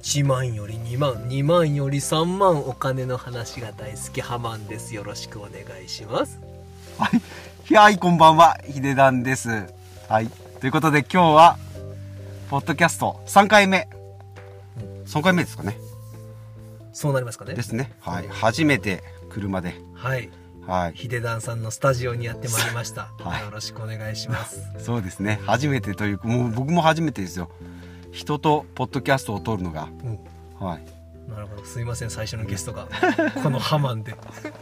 1万より2万、2万より3万、お金の話が大好きハマンです。よろしくお願いします。 はい、こんばんは、ヒデダンです。はい、ということで今日はポッドキャスト3回目ですかね。 そうなりますかね。 ですね。はい、初めて車で、 はいはい、 ヒデダンさんのスタジオにやってまいりました。 はい、 よろしくお願いします。 そうですね。初めてというか、もう僕も初めてですよ。人とポッドキャストを撮るのが、はい。 なるほど。すいません、最初のゲストがこのハマンで。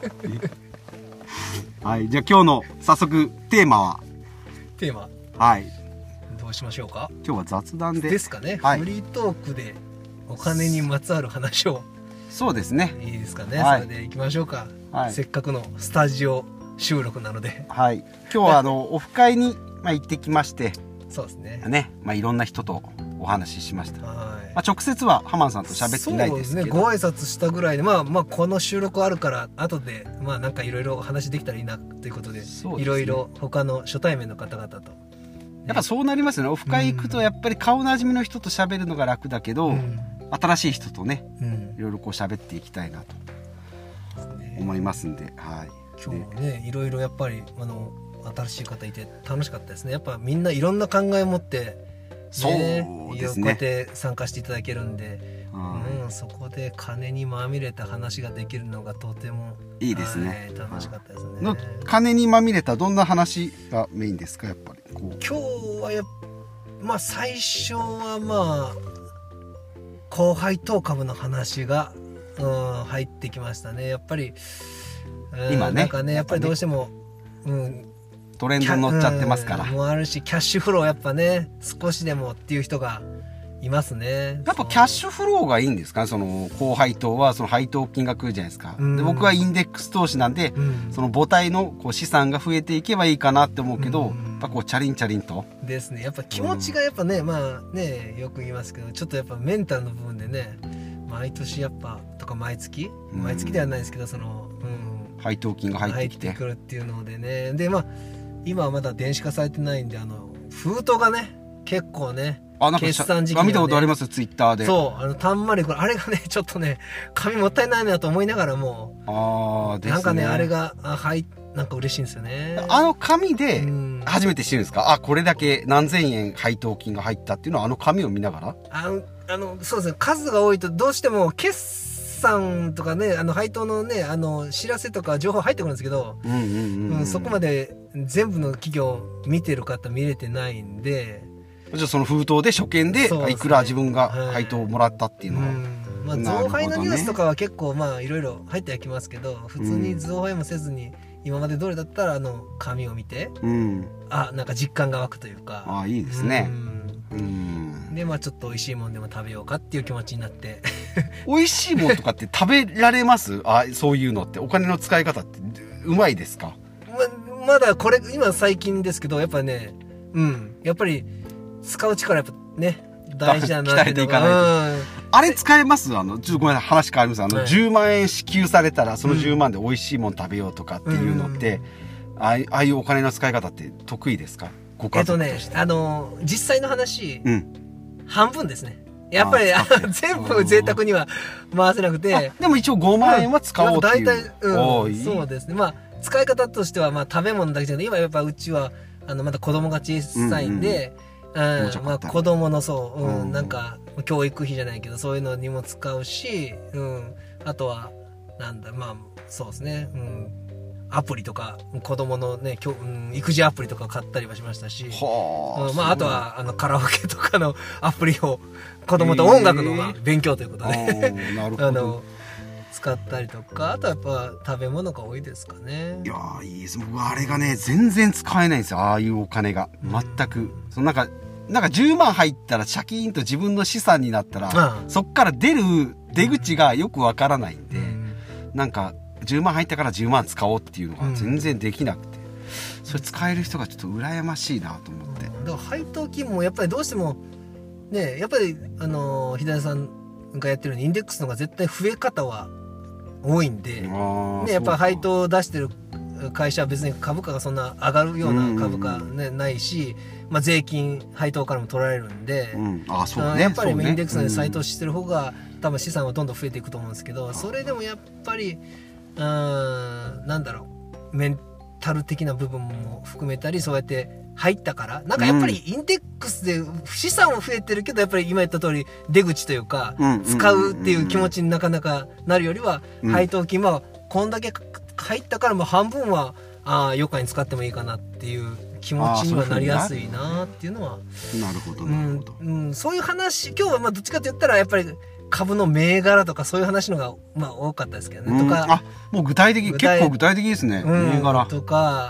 はい、じゃあ今日の早速テーマ、はい、 どうしましょうか。 今日は雑談ですかね、 はい、 フリートークでお金にまつわる話を。 そうですね。 いいですかね、 はい、 それでいきましょうか、 はい、 せっかくのスタジオ収録なので。 はい、今日はオフ会に、行ってきまして、 そうですね。 いろんな人とお話ししました。 はい、 直接はハマンさんと喋ってないですけど、 そうですね、ご挨拶したぐらいで、この収録あるから後でなんかいろいろ話できたらいいなということで、いろいろ他の初対面の方々と、 やっぱそうなりますよね。オフ会行くとやっぱり顔なじみの人と喋るのが楽だけど、新しい人とね、いろいろこう喋っていきたいなと思いますんで、はい、 今日もね、いろいろやっぱり新しい方いて楽しかったですね。やっぱみんないろんな考え持って、 そうですね、 こうやって参加していただけるんで、そこで金にまみれた話ができるのがとてもいいですね。 楽しかったですね。 金にまみれたどんな話がメインですか。やっぱりこう今日は最初は高配当株の話が、入ってきましたね。やっぱり今ね、 なんかね、やっぱりどうしても、 トレンドに乗っちゃってますから、 もあるし、キャッシュフローやっぱね、少しでもっていう人がいますね。 やっぱキャッシュフローがいいんですかね。その高配当はその配当金が来るじゃないですか。で、僕はインデックス投資なんで、その母体のこう資産が増えていけばいいかなって思うけど、やっぱこうチャリンチャリンとですね。やっぱ気持ちがやっぱね、よく言いますけど、ちょっとやっぱメンタルの部分でね、毎年やっぱとか毎月ではないですけど、その配当金が入ってくるっていうのでね。で今はまだ電子化されてないんで、封筒がね、結構ね、決算時期に、 見たことあります、ツイッターで。 そう、たんまりこれ、あれがね、ちょっとね、紙もったいないなと思いながらも、なんかね、あれが、なんか嬉しいんですよね。 紙で、初めて知るんですか。これだけ何千円配当金が入ったっていうのは、紙を見ながら、 そうですね、数が多いと、どうしても、決算とかね、配当のね、知らせとか情報入ってくるんですけど、そこまで全部の企業見てる方見れてないんで、 じゃあその封筒で初見でいくら自分が配当をもらったっていうのは、 増配のニュースとかは結構いろいろ入ってはきますけど、普通に増配もせずに今まで通りだったら紙を見て、なんか実感が湧くというか、 いいですね。 でちょっと美味しいもんでも食べようかっていう気持ちになって。 美味しいもんとかって食べられます？そういうのってお金の使い方ってうまいですか？ まだこれ今最近ですけど、やっぱね、やっぱり使う力やっぱね大事だなって。 鍛えていかないと。あれ使えます？ちょっとごめんなさい、話変わります。10万円支給されたらその10万で美味しいもん食べようとかっていうのって、ああいうお金の使い方って得意ですか？ご家族として。 実際の話、半分ですね。やっぱり全部贅沢には回せなくて、 でも一応5万円は使おうっていう。 大体、そうですね。使い方としては食べ物だけじゃなくて、今やっぱうちはまだ子供が小さいんで、子供のなんか教育費じゃないけどそういうのにも使うし、あとはそうですね、アプリとか子供のね育児アプリとか買ったりはしましたし、あとはカラオケとかのアプリを子供と音楽の勉強ということでなるほど使ったりとか、あとはやっぱ食べ物が多いですかね。 いやいいです。僕あれがね全然使えないんですよ。ああいうお金が全く、なんか10万入ったらシャキーンと自分の資産になったら、そっから出口がよくわからないんで、なんか10万入ったから10万使おうっていうのが全然できなくて、それ使える人がちょっと羨ましいなと思って。だから配当金もやっぱりどうしてもね、やっぱり左さんがやってるようにインデックスの方が絶対増え方は多いんで、やっぱり配当を出してる会社は別に株価がそんな上がるような株価、ね、ないし、まあ、税金配当からも取られるんで、 そうね、 やっぱりインデックスで再投資してる方が多分資産はどんどん増えていくと思うんですけど、それでもやっぱりなんだろう、メンタル的な部分も含めたり、そうやって入ったからなんかやっぱりインデックスで資産は増えてるけど、やっぱり今言った通り出口というか、使うっていう気持ちになかなかなるよりは、配当金はこんだけ入ったから、もう半分は余暇に使ってもいいかなっていう気持ちにはなりやすいなっていうのは。 なるほどなるほど、 そういう話、今日はまあどっちかって言ったらやっぱり株の銘柄とかそういう話のがまあ多かったですけどね。とか、 もう結構具体的ですね、銘柄とか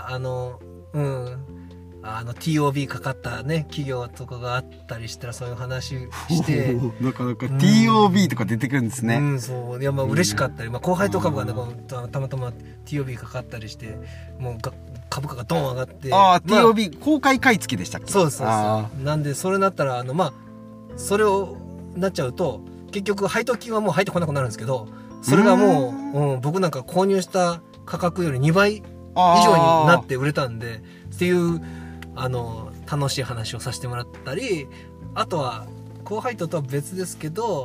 TOB かかったね企業とかがあったりしたら、そういう話してなかなか TOB とか出てくるんですね。 そういや、まあ嬉しかったり、まあ、後輩と株がねたまたま TOB かかったりして、もう株価がドン上がって、 TOB 公開買い付けでしたっけ。 そうですなんでそれなったらまあそれをなっちゃうと結局配当金はもう入ってこなくなるんですけど、それがもう、僕なんか購入した価格より2倍以上になって売れたんでっていう楽しい話をさせてもらったり、あとは高配当とは別ですけど、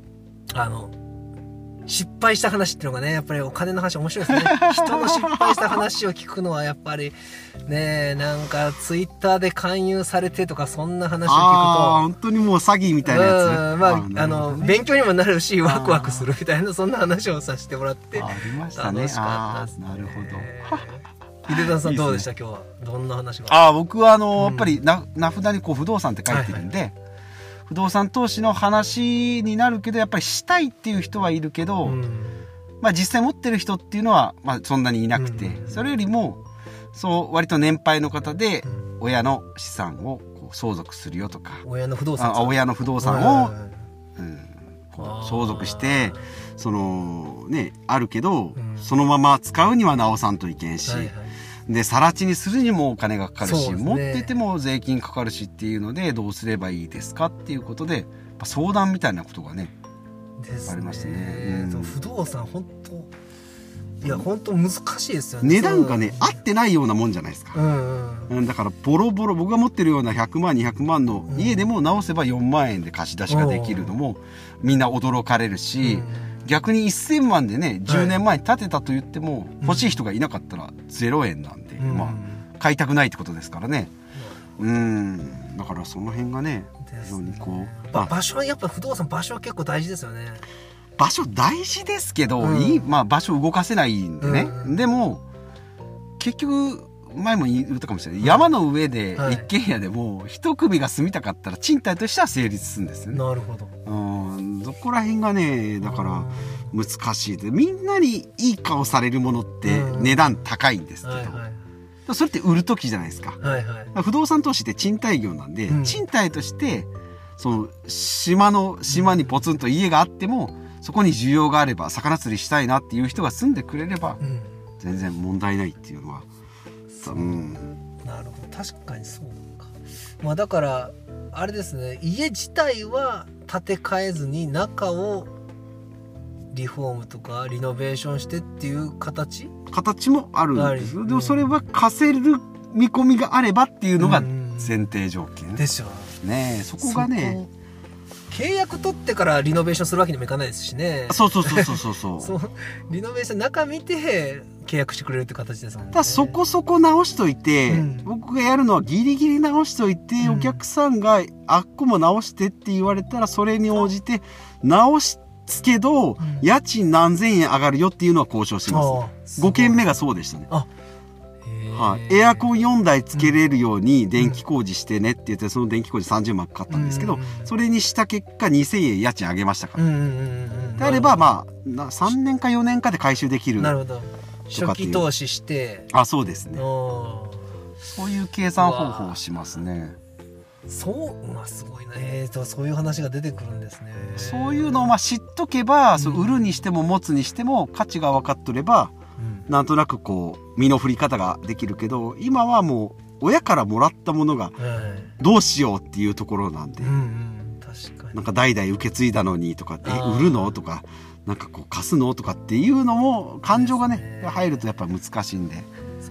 失敗した話っていうのがね、やっぱりお金の話面白いですね。人の失敗した話を聞くのはやっぱりね、なんかツイッターで勧誘されてとかそんな話を聞くと、 本当にもう詐欺みたいなやつ、 まあ勉強にもなるしワクワクするみたいな、そんな話をさせてもらってありましたね。 楽しかったですね。 なるほど。 秀田さんどうでした今日は。どんな話が。 僕はやっぱり名札にこう不動産って書いてるんで、不動産投資の話になるけど、やっぱりしたいっていう人はいるけど、まあ実際持ってる人っていうのはまあそんなにいなくて、それよりも割と年配の方で親の資産をこう相続するよとか、 親の不動産を相続してあるけど、そのまま使うには直さんといけんし、で更地にするにもお金がかかるし、持ってても税金かかるしっていうので、どうすればいいですかっていうことで相談みたいなことがねありましたね。 不動産本当難しいですよね。 値段がね合ってないようなもんじゃないですか。だからボロボロ僕が持ってるような100万200万の家でも直せば4万円で貸し出しができるのもみんな驚かれるし、逆に1000万でね10年前に建てたと言っても、欲しい人がいなかったら0円なんで、まあ買いたくないってことですからね。だからその辺がね非常にこう、 場所はやっぱ不動産場所は結構大事ですよね。 場所大事ですけど、まあ場所動かせないんでね、でも結局前も言ったかもしれない、山の上で一軒家でも一組が住みたかったら賃貸としては成立するんですよね。 なるほど。 どこら辺がねだから難しいで、みんなにいい顔されるものって値段高いんですけど、それって売る時じゃないですか。不動産投資って賃貸業なんで、賃貸としてその島にポツンと家があっても、そこに需要があれば魚釣りしたいなっていう人が住んでくれれば全然問題ないっていうのは、 なるほど、確かにそうか。まあだからあれですね、家自体は建て替えずに中をリフォームとかリノベーションしてっていう形もあるんですよ。でもそれは貸せる見込みがあればっていうのが前提条件でしょね。そこがね、 契約取ってからリノベーションするわけにもいかないですしね。 そうそうリノベーション中見て契約してくれるって形ですもんね。 そこそこ直しといて、僕がやるのはギリギリ直しといて、お客さんがあっこも直してって言われたらそれに応じて直すけど、家賃何千円上がるよっていうのは交渉します。5件目がそうでしたね。エアコン4台つけれるように電気工事してねって言って、その電気工事30万かかったんですけど、それにした結果2000円家賃上げましたから。であればまあ3年か4年かで回収できる。 なるほど。初期投資して。 そうですね。そういう計算方法をしますね。 すごいね。そういう話が出てくるんですね。 そういうのを知っとけば、売るにしても持つにしても価値が分かっとれば、なんとなくこう身の振り方ができるけど、今はもう親からもらったものがどうしようっていうところなんで、 確かになんか代々受け継いだのにとか、売るのとか、なんかこう貸すのとかっていうのも感情がね入るとやっぱ難しいんで、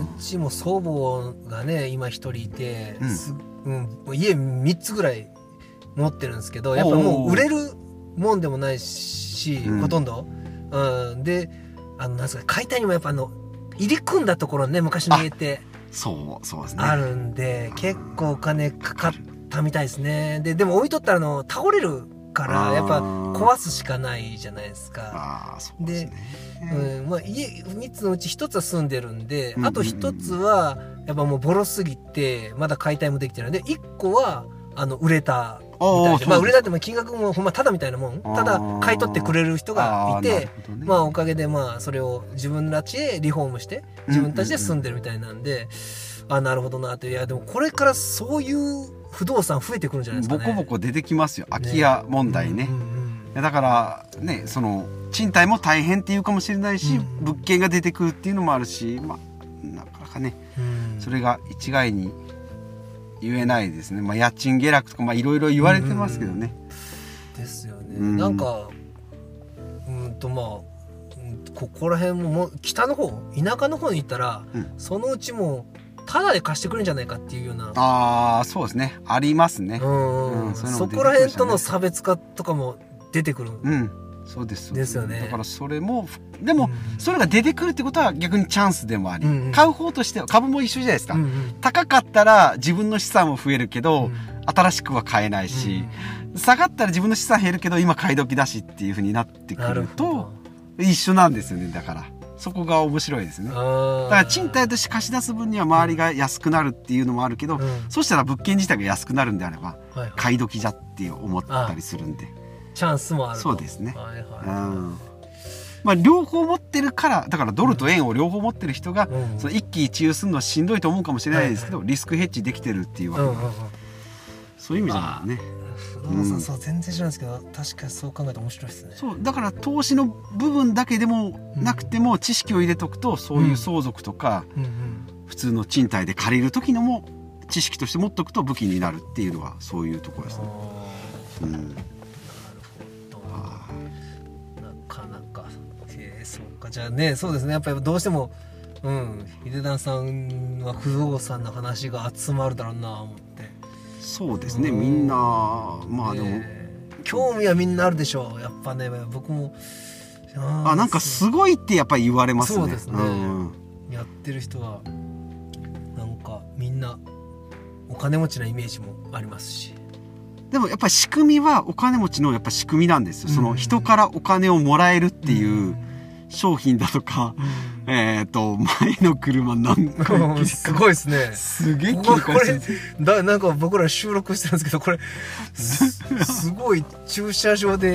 ちも祖母がね今一人いて、家3つぐらい持ってるんですけど、やっぱもう売れるもんでもないし、ほとんど、でなんですか、解体にもやっぱ入り組んだところね、昔の家ってそうですね、 あるんで、結構お金かかったみたいですね。でも置いとったら倒れるからやっぱ壊すしかないじゃないですか。 そうですね。 まあ、家3つのうち1つは住んでるんで、あと1つはやっぱもうボロすぎてまだ解体もできてないんで、1個は売れたみたいで、まあ売れたって金額もほんまただみたいなもん、ただ買い取ってくれる人がいて、まあおかげでまあそれを自分たちでリフォームして自分たちで住んでるみたいなんで、なるほどなって。いやでもこれからそういう不動産増えてくるんじゃないですかね。 ボコボコ出てきますよ、空き家問題ね。だからね、賃貸も大変っていうかもしれないし、物件が出てくるっていうのもあるし、まあなかなかね、それが一概に言えないですね。まあ家賃下落とかいろいろ言われてますけどね。 ですよね。なんかまあここら辺も北の方、田舎の方に行ったら、そのうちもタダで貸してくれるんじゃないかっていうような。そうですね、ありますね。 そこら辺との差別化とかも出てくる。 そうですですよね。 だからそれもでもそれが出てくるってことは逆にチャンスでもあり、買う方としては株も一緒じゃないですか。高かったら自分の資産も増えるけど、新しくは買えないし、下がったら自分の資産減るけど今買い時だしっていうふうになってくると一緒なんですよね。だからそこが面白いですね。だから賃貸として貸し出す分には周りが安くなるっていうのもあるけど、そしたら物件自体が安くなるんであれば、買い時じゃって思ったりするんで、 チャンスもあると。 そうですね。まあ両方持ってるから、だからドルと円を両方持ってる人が、その一喜一憂するのはしんどいと思うかもしれないですけど、リスクヘッジできてるっていうわけで、そういう意味じゃね。 そう全然知らないですけど、確かにそう考えたら面白いですね。 そうだから投資の部分だけでもなくても、知識を入れとくと、そういう相続とか、普通の賃貸で借りる時のも知識として持っとくと武器になるっていうのはそういうところですね。なるほど。なかなかそうか。じゃあね、そうですね、やっぱりどうしても秀段さんは不動産の話が集まるだろうなと思って。 そうですね、みんなまあでも興味はみんなあるでしょう。やっぱね、僕もなんかすごいってやっぱり言われますね。 そうですね、やってる人はなんかみんなお金持ちなイメージもありますし、 でもやっぱり仕組みはお金持ちのやっぱ仕組みなんですよ。その人からお金をもらえるっていう商品だとか、前の車なんかすごいですね。 すげえ切り返しなんか僕ら収録してるんですけど、これすごい駐車場で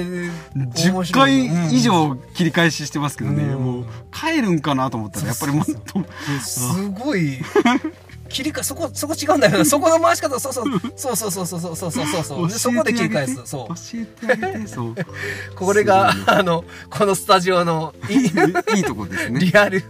10回以上切り返ししてますけどね、もう帰るんかなと思ったらやっぱりもっとすごいそこ違うんだよな。そこの回し方、そうそこで切り返す。そう教えてあげて。そうこれがこのスタジオのいいとこですね。 リアル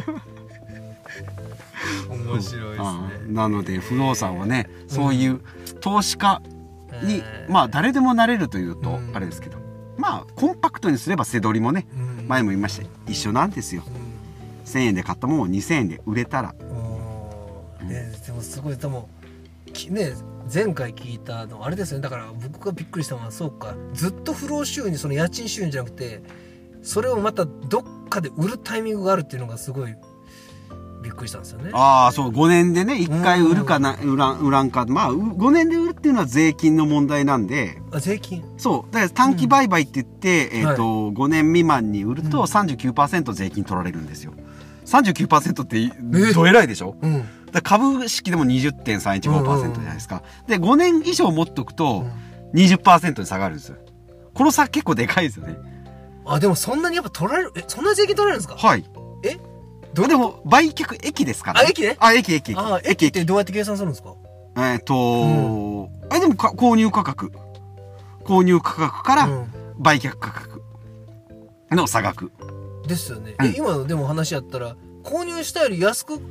面白いですね。 なので不動産はね、そういう投資家にまあ誰でもなれるというとあれですけど、まあコンパクトにすれば背取りもね、前も言いました一緒なんですよ。1000円で買ったものを2000円で売れたら。 でもすごい、でもね、前回聞いたのあれですよね。だから僕がびっくりしたのは、そうか、ずっと不労収入、その家賃収入じゃなくて、それをまたどっかで売るタイミングがあるっていうのがすごいびっくりしたんですよね。 そう、5年でね1回売るかな、売らんか、まあ5年で売るっていうのは税金の問題なんで。 税金。そうだから短期売買って言って、5年未満に売ると 39% 税金取られるんですよ。39% ってどえらいでしょ。だ株式でも 20.315% じゃないですか。で5年以上持っとくと 20% に下がるんですよ。この差結構でかいですよね。 でもそんなにやっぱ取られる、そんな税金取られるんですか。 はい。でも売却益ですからね。 駅ね。 駅ってどうやって計算するんですか。 でも購入価格から売却価格の差額ですよね。今でも話やったら、購入したより安く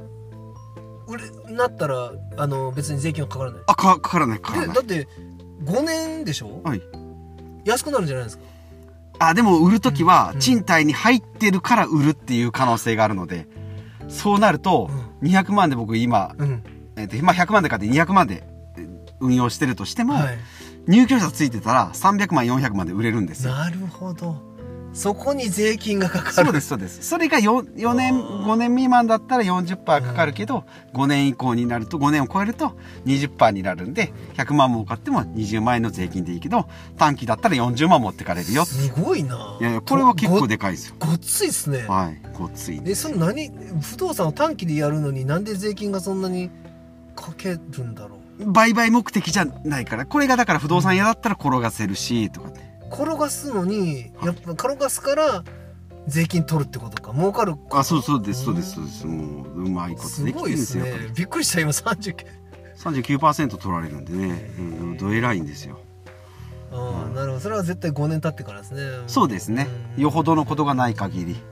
なったら別に税金はかからない。 かからない。 だって5年でしょ。はい。安くなるんじゃないですか。 でも売るときは賃貸に入ってるから売るっていう可能性があるので、 そうなると、200万で僕今、100万で買って200万で運用してるとしても、入居者ついてたら300万400万で売れるんですよ。 なるほど。そこに税金がかかる。 そうです、そうです。それが 4年、5年未満だったら 40% かかるけど、5年以降になると、5年を超えると 20% になるんで、100万儲かっても20万円の税金でいいけど、短期だったら40万持ってかれるよ。 すごいな。 いやいや、これは結構でかいですよ。 ごっついっすね。 はい、ごっつい。 その不動産を短期でやるのになんで税金がそんなにかけるんだろう。 売買目的じゃないから、これがだから不動産屋だったら転がせるし、とかね。 転がすのに、やっぱ転がすから税金取るってことか。儲かるか。 そうです、そうです、そうです。もう、うまいことできてるんですよ。 すごいですね。びっくりした、今39。 39% 取られるんでね、どえらいんですよ。 なるほど。それは絶対5年経ってからですね。 そうですね。よほどのことがない限り。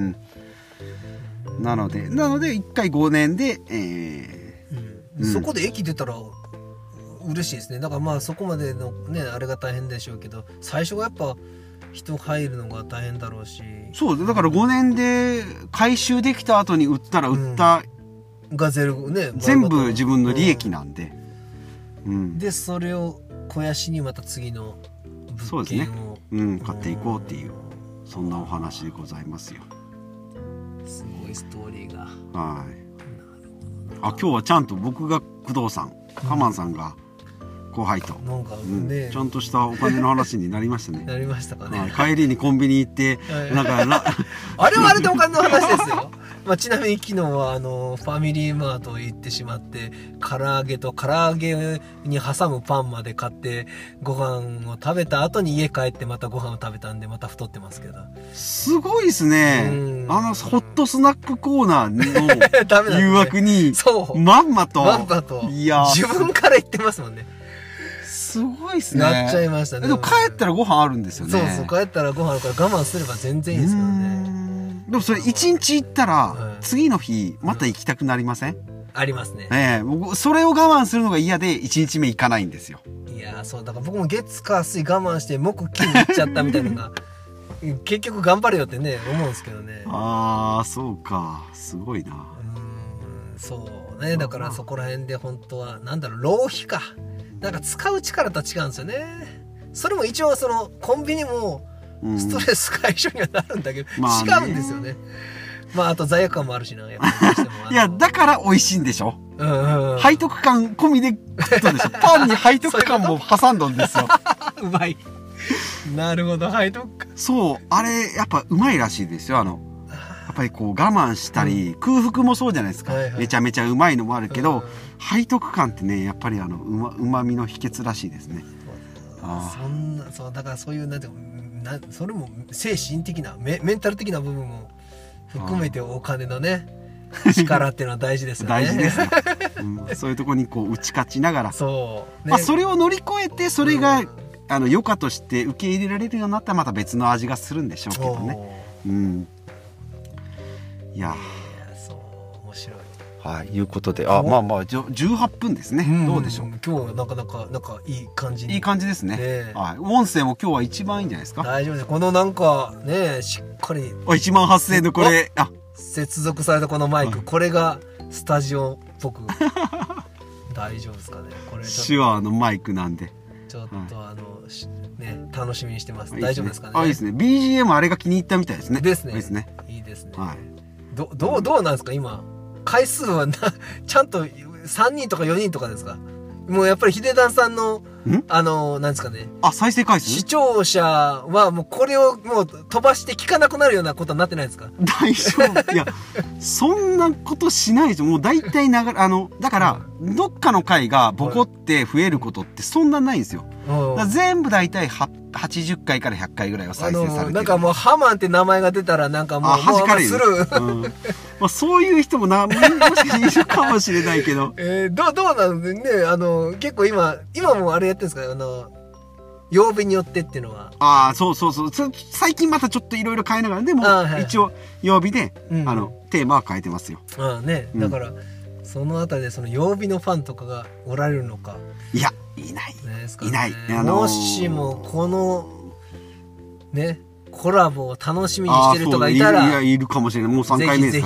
なので1回5年で、 そこで駅出たら嬉しいですね。だからまあそこまでのねあれが大変でしょうけど、最初はやっぱ人入るのが大変だろうし。 そうだから5年で回収できた後に売ったら売ったがゼロね、 全部自分の利益なんで、 でそれを肥やしにまた次の物件を買っていこうっていう、そんなお話でございますよ。 すごいストーリーが。 はい。今日はちゃんと僕が不動産、カマンさんが後輩と、 なんかね、 ちゃんとしたお金の話になりましたね。 なりましたかね。 帰りにコンビニ行って、なんかあれはあれでお金の話ですよ。ちなみに昨日はファミリーマート行ってしまって、唐揚げと唐揚げに挟むパンまで買ってご飯を食べた後に家帰ってまたご飯を食べたんで、また太ってますけど。 すごいですね。ホットスナックコーナーの誘惑にまんまと。 いや、自分から言ってますもんね。 すごいですね。 なっちゃいましたね。 でも帰ったらご飯あるんですよね。 そう帰ったらご飯あるから我慢すれば全然いいですけどね。 でもそれ1日行ったら、次の日また行きたくなりません？ ありますね。 僕それを我慢するのが嫌で1日目行かないんですよ。 いやそうだから僕も月火水我慢して木金行っちゃったみたいなのが結局頑張れよってね思うんですけどね。 そうか、すごいな。 そうね、だからそこら辺で本当は浪費か、なんか使う力とは違うんですよね。それも一応そのコンビニもストレス解消にはなるんだけど、違うんですよね。あと罪悪感もあるしな、やっぱり。 いや、だから美味しいんでしょ。背徳感込みで食ったでしょ。パンに背徳感も挟んどんですよ。 うまい。なるほど、背徳感。 そう、あれ、やっぱうまいらしいですよ。やっぱりこう我慢したり、空腹もそうじゃないですか。めちゃめちゃうまいのもあるけど、背徳感ってね、やっぱりうまみの秘訣らしいですね。 だからそういうそれも精神的なメンタル的な部分も含めてお金のね力っていうのは大事ですよね。 大事ですよ。そういうところにこう打ち勝ちながら、それを乗り越えて、それが余暇として受け入れられるようになったらまた別の味がするんでしょうけどね。いやそう面白い。 いうことで、18分ですね。どうでしょう。 今日はなかなかいい感じに。 いい感じですね。音声も今日は一番いいんじゃないですか。 大丈夫です。このなんかね、しっかり 18000円のこれ接続されたこのマイク、これがスタジオっぽく大丈夫ですかね。これ手話のマイクなんでちょっとね、楽しみにしてます。大丈夫ですかね。 いいですね。 BGM あれが気に入ったみたいですね。 ですね。いいですね。どうなんですか今回数はちゃんと3人とか4人とかですか？もうやっぱりヒデダンさんのなんですかね、 再生回数、 視聴者はもうこれをもう飛ばして聞かなくなるようなことになってないですか？ 大丈夫。いやそんなことしないですよ。もう大体だからどっかの回がボコって増えることってそんなないんですよ。全部大体80回から100回ぐらいは再生されてる。 なんかもうハマンって名前が出たらなんかもう弾かれる。 スルー。 そういう人ももしいるかもしれないけど。 どうなんですね。結構今もあれやってるんですか？曜日によってっていうのは。 そう。最近またちょっといろいろ変えながら、でも一応曜日でテーマは変えてますよ。 だからそのあたりでその曜日のファンとかがおられるのか。 いや、いない。いない。 もしもこのねコラボを楽しみにしてる人がいたら、 いるかもしれない。もう3回目ですからね。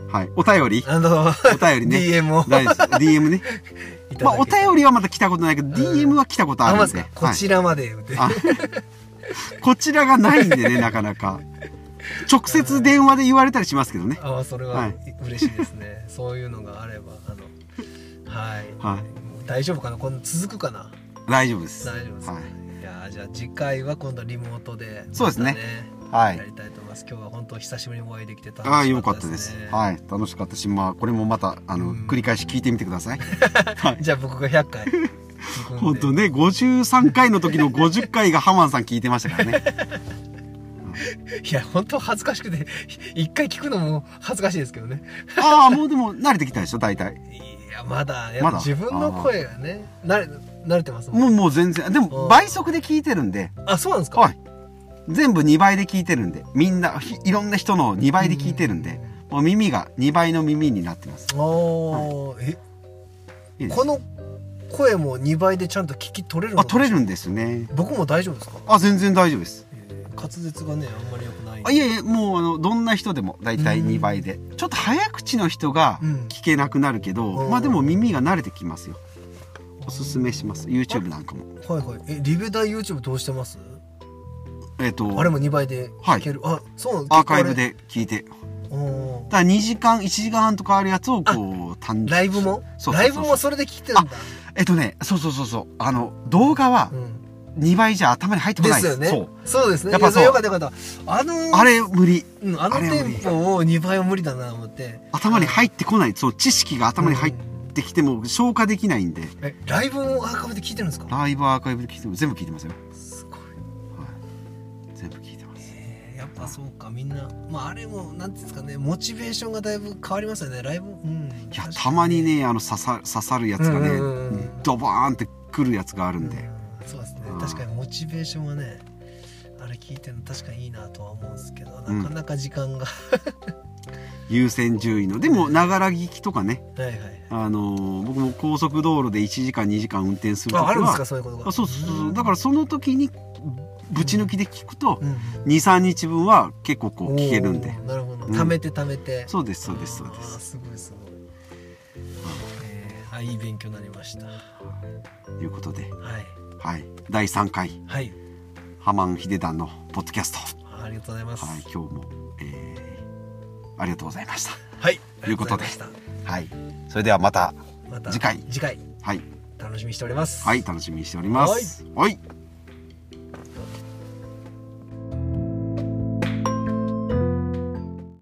はい。お便りお便りね。 DM を。 大丈夫です。DM ね。まあ、お便りはまだ来たことないけど、DM は来たことあるんで。 こちらまで言うて。 こちらがないんでね、なかなか。直接電話で言われたりしますけどね。 ああ、それは嬉しいですね。そういうのがあれば、はい。大丈夫かな、今度続くかな。 大丈夫です。 大丈夫です。いや、じゃあ次回は今度リモートで。 そうですね。はい。 やりたいと思います。今日は本当久しぶりにお会いできて楽しかったですね。 ああ、よかったです。はい、楽しかったし、まあこれもまた繰り返し聞いてみてください。 じゃあ僕が100回。 本当ね、53回の時の50回がハマンさん聞いてましたからね。 いや、本当恥ずかしくて、1回聞くのも恥ずかしいですけどね。 ああ、もうでも慣れてきたでしょ、大体。 いや、まだ自分の声がね、慣れてますもん。もう全然。でも倍速で聞いてるんで。 あ、そうなんですか。 はい。全部2倍で聞いてるんで、みんないろんな人の2倍で聞いてるんで、もう耳が2倍の耳になってます。 この声も2倍でちゃんと聞き取れるの？ 取れるんですね。 僕も大丈夫ですか？ あ、全然大丈夫です。 滑舌がね、あんまり良くない。 いやいや、もうどんな人でもだいたい2倍で。ちょっと早口の人が聞けなくなるけど、まあでも耳が慣れてきますよ。おすすめします。YouTube なんかも。 はいはい。リベダイ YouTube どうしてます？あれも2倍で聞ける。あ、そう。 アーカイブで聞いて。だから2時間、1時間半とかあるやつをこう、単純に。 ライブもライブもそれで聞いてるんだ。 そう。動画は2倍じゃ頭に入ってこないです。 ですよね。そうですね。 やっぱそう。 よかったよかった。 あれ無理。 あのテンポを2倍は無理だなと思って。 頭に入ってこない。そう、知識が頭に入ってきても消化できないんで。 ライブもアーカイブで聞いてるんですか？ ライブアーカイブで聞いても全部聞いてますよ。 すごい。 全部聞いてます。 やっぱそうか、みんな。まああれも、なんていうんですかね、モチベーションがだいぶ変わりますよね、ライブ。 いや、たまにね、刺さるやつがね、ドバーンってくるやつがあるんで。 そうですね。確かにモチベーションはね、あれ聞いてるの確かにいいなとは思うんですけど、なかなか時間が優先順位の。でも、ながら聞きとかね。 はいはい。 僕も高速道路で1時間2時間運転するときは。 あるんですか、そういうことが。 そう。だからその時に、ぶち抜きで聞くと、2、3日分は結構こう聞けるんで。 なるほど。貯めて。 そうです。 すごい。いい勉強になりました。 ということで。 はい。 第3回。 はい。 ハマンヒデダンのポッドキャスト。 ありがとうございます。 はい、今日も、ありがとうございました。 はい。 ということで。はい。それではまた次回。 はい。楽しみにしております。 はい、楽しみにしております。はい。